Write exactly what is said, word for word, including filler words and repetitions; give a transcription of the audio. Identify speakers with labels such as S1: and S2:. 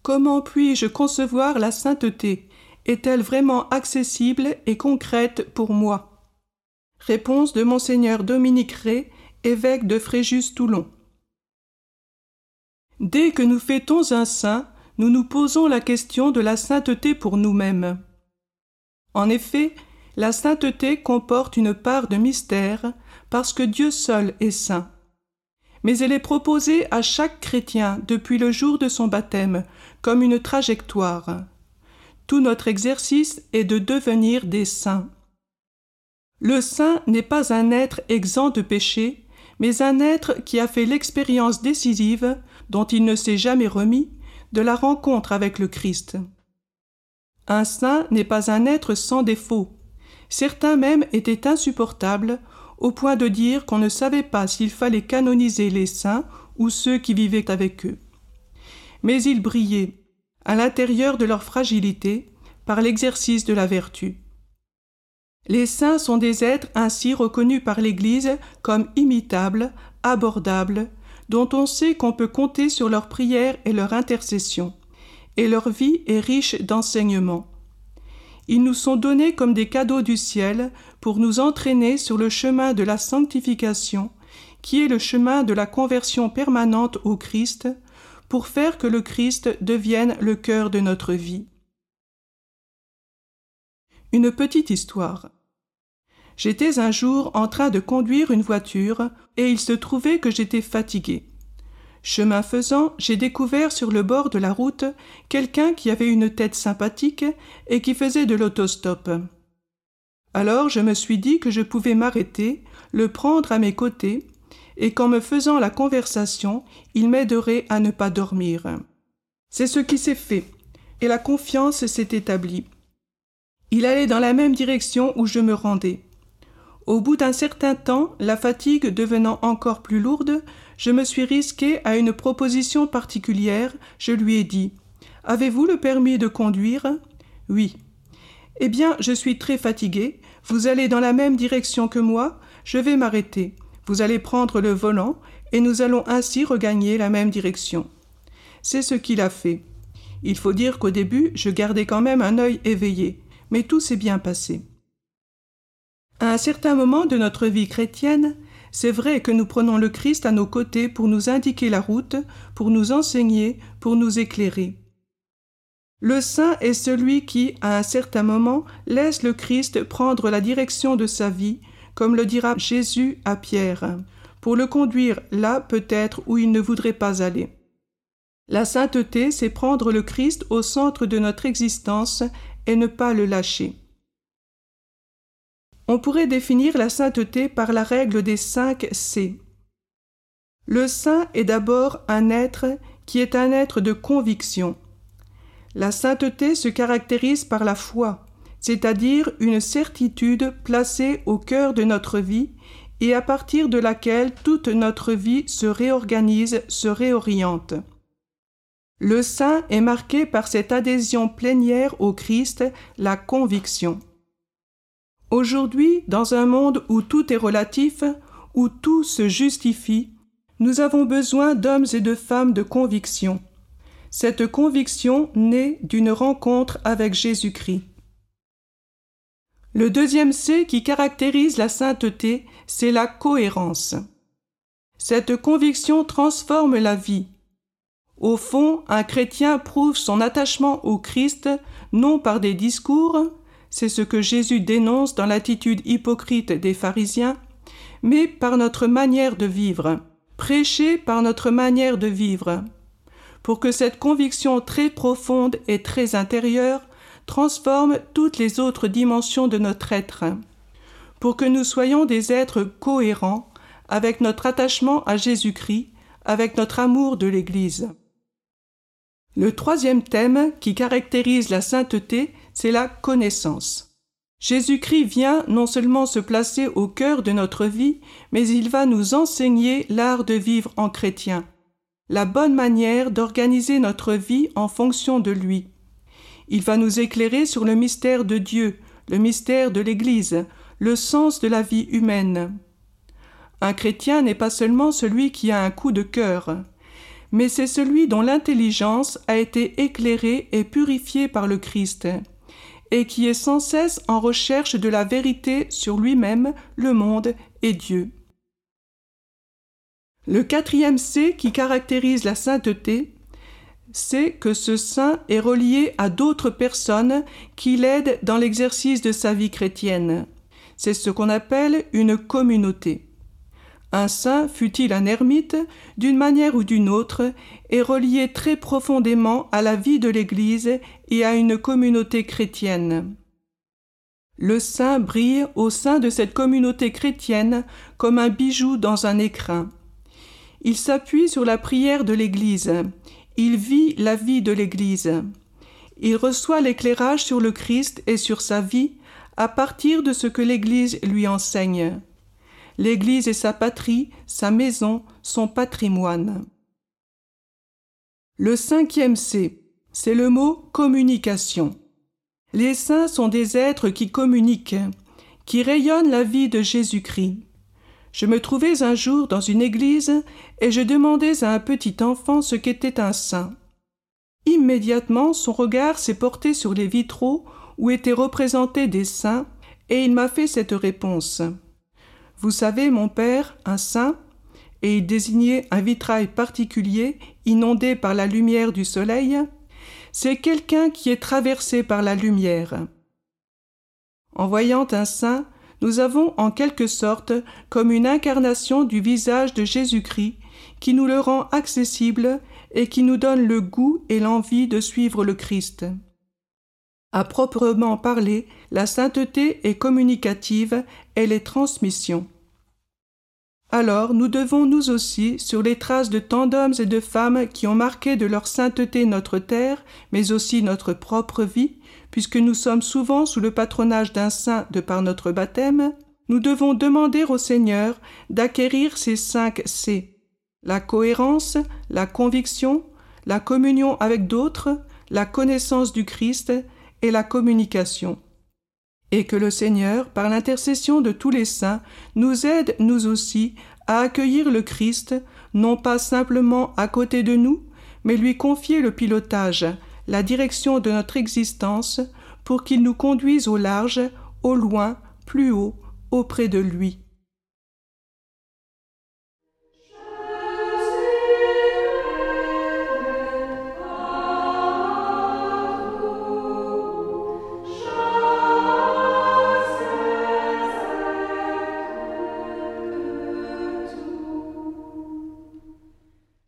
S1: Comment puis-je concevoir la sainteté? Est-elle vraiment accessible et concrète pour moi? Réponse de Monseigneur Dominique Rey, évêque de Fréjus-Toulon. Dès que nous fêtons un saint, nous nous posons la question de la sainteté pour nous-mêmes. En effet, la sainteté comporte une part de mystère parce que Dieu seul est saint. Mais elle est proposée à chaque chrétien depuis le jour de son baptême comme une trajectoire. Tout notre exercice est de devenir des saints. Le saint n'est pas un être exempt de péché, mais un être qui a fait l'expérience décisive, dont il ne s'est jamais remis, de la rencontre avec le Christ. Un saint n'est pas un être sans défaut. Certains même étaient insupportables, au point de dire qu'on ne savait pas s'il fallait canoniser les saints ou ceux qui vivaient avec eux. Mais ils brillaient, à l'intérieur de leur fragilité, par l'exercice de la vertu. Les saints sont des êtres ainsi reconnus par l'Église comme imitables, abordables, dont on sait qu'on peut compter sur leur prière et leur intercession, et leur vie est riche d'enseignements. Ils nous sont donnés comme des cadeaux du ciel pour nous entraîner sur le chemin de la sanctification, qui est le chemin de la conversion permanente au Christ, pour faire que le Christ devienne le cœur de notre vie. Une petite histoire. J'étais un jour en train de conduire une voiture et il se trouvait que j'étais fatigué. Chemin faisant, j'ai découvert sur le bord de la route quelqu'un qui avait une tête sympathique et qui faisait de l'autostop. Alors je me suis dit que je pouvais m'arrêter, le prendre à mes côtés, et qu'en me faisant la conversation, il m'aiderait à ne pas dormir. C'est ce qui s'est fait, et la confiance s'est établie. Il allait dans la même direction où je me rendais. Au bout d'un certain temps, la fatigue devenant encore plus lourde, je me suis risqué à une proposition particulière. Je lui ai dit « Avez-vous le permis de conduire ?»« Oui. »« Eh bien, je suis très fatigué. Vous allez dans la même direction que moi. Je vais m'arrêter. Vous allez prendre le volant et nous allons ainsi regagner la même direction. » C'est ce qu'il a fait. Il faut dire qu'au début, je gardais quand même un œil éveillé, mais tout s'est bien passé. À un certain moment de notre vie chrétienne, c'est vrai que nous prenons le Christ à nos côtés pour nous indiquer la route, pour nous enseigner, pour nous éclairer. Le saint est celui qui, à un certain moment, laisse le Christ prendre la direction de sa vie, comme le dira Jésus à Pierre, pour le conduire là peut-être où il ne voudrait pas aller. La sainteté, c'est prendre le Christ au centre de notre existence et ne pas le lâcher. On pourrait définir la sainteté par la règle des cinq C. Le saint est d'abord un être qui est un être de conviction. La sainteté se caractérise par la foi, c'est-à-dire une certitude placée au cœur de notre vie et à partir de laquelle toute notre vie se réorganise, se réoriente. Le saint est marqué par cette adhésion plénière au Christ, la conviction. Aujourd'hui, dans un monde où tout est relatif, où tout se justifie, nous avons besoin d'hommes et de femmes de conviction. Cette conviction naît d'une rencontre avec Jésus-Christ. Le deuxième C qui caractérise la sainteté, c'est la cohérence. Cette conviction transforme la vie. Au fond, un chrétien prouve son attachement au Christ non par des discours, c'est ce que Jésus dénonce dans l'attitude hypocrite des pharisiens, mais par notre manière de vivre, prêcher par notre manière de vivre, pour que cette conviction très profonde et très intérieure transforme toutes les autres dimensions de notre être, pour que nous soyons des êtres cohérents avec notre attachement à Jésus-Christ, avec notre amour de l'Église. Le troisième thème qui caractérise la sainteté, c'est la connaissance. Jésus-Christ vient non seulement se placer au cœur de notre vie, mais il va nous enseigner l'art de vivre en chrétien, la bonne manière d'organiser notre vie en fonction de lui. Il va nous éclairer sur le mystère de Dieu, le mystère de l'Église, le sens de la vie humaine. Un chrétien n'est pas seulement celui qui a un coup de cœur, mais c'est celui dont l'intelligence a été éclairée et purifiée par le Christ, et qui est sans cesse en recherche de la vérité sur lui-même, le monde et Dieu. Le quatrième C qui caractérise la sainteté, c'est que ce saint est relié à d'autres personnes qui l'aident dans l'exercice de sa vie chrétienne. C'est ce qu'on appelle une communauté. Un saint, fût-il un ermite, d'une manière ou d'une autre, est relié très profondément à la vie de l'Église et à une communauté chrétienne. Le saint brille au sein de cette communauté chrétienne comme un bijou dans un écrin. Il s'appuie sur la prière de l'Église. Il vit la vie de l'Église. Il reçoit l'éclairage sur le Christ et sur sa vie à partir de ce que l'Église lui enseigne. L'Église est sa patrie, sa maison, son patrimoine. Le cinquième C, c'est le mot communication. Les saints sont des êtres qui communiquent, qui rayonnent la vie de Jésus-Christ. Je me trouvais un jour dans une église et je demandais à un petit enfant ce qu'était un saint. Immédiatement, son regard s'est porté sur les vitraux où étaient représentés des saints et il m'a fait cette réponse. « Vous savez, mon père, un saint ?» et il désignait un vitrail particulier inondé par la lumière du soleil. « C'est quelqu'un qui est traversé par la lumière. » En voyant un saint, nous avons en quelque sorte comme une incarnation du visage de Jésus-Christ qui nous le rend accessible et qui nous donne le goût et l'envie de suivre le Christ. À proprement parler, la sainteté est communicative, elle est transmission. Alors nous devons nous aussi, sur les traces de tant d'hommes et de femmes qui ont marqué de leur sainteté notre terre, mais aussi notre propre vie, puisque nous sommes souvent sous le patronage d'un saint de par notre baptême, nous devons demander au Seigneur d'acquérir ces cinq C, la cohérence, la conviction, la communion avec d'autres, la connaissance du Christ et la communication. Et que le Seigneur, par l'intercession de tous les saints, nous aide, nous aussi, à accueillir le Christ, non pas simplement à côté de nous, mais lui confier le pilotage, la direction de notre existence, pour qu'il nous conduise au large, au loin, plus haut, auprès de lui.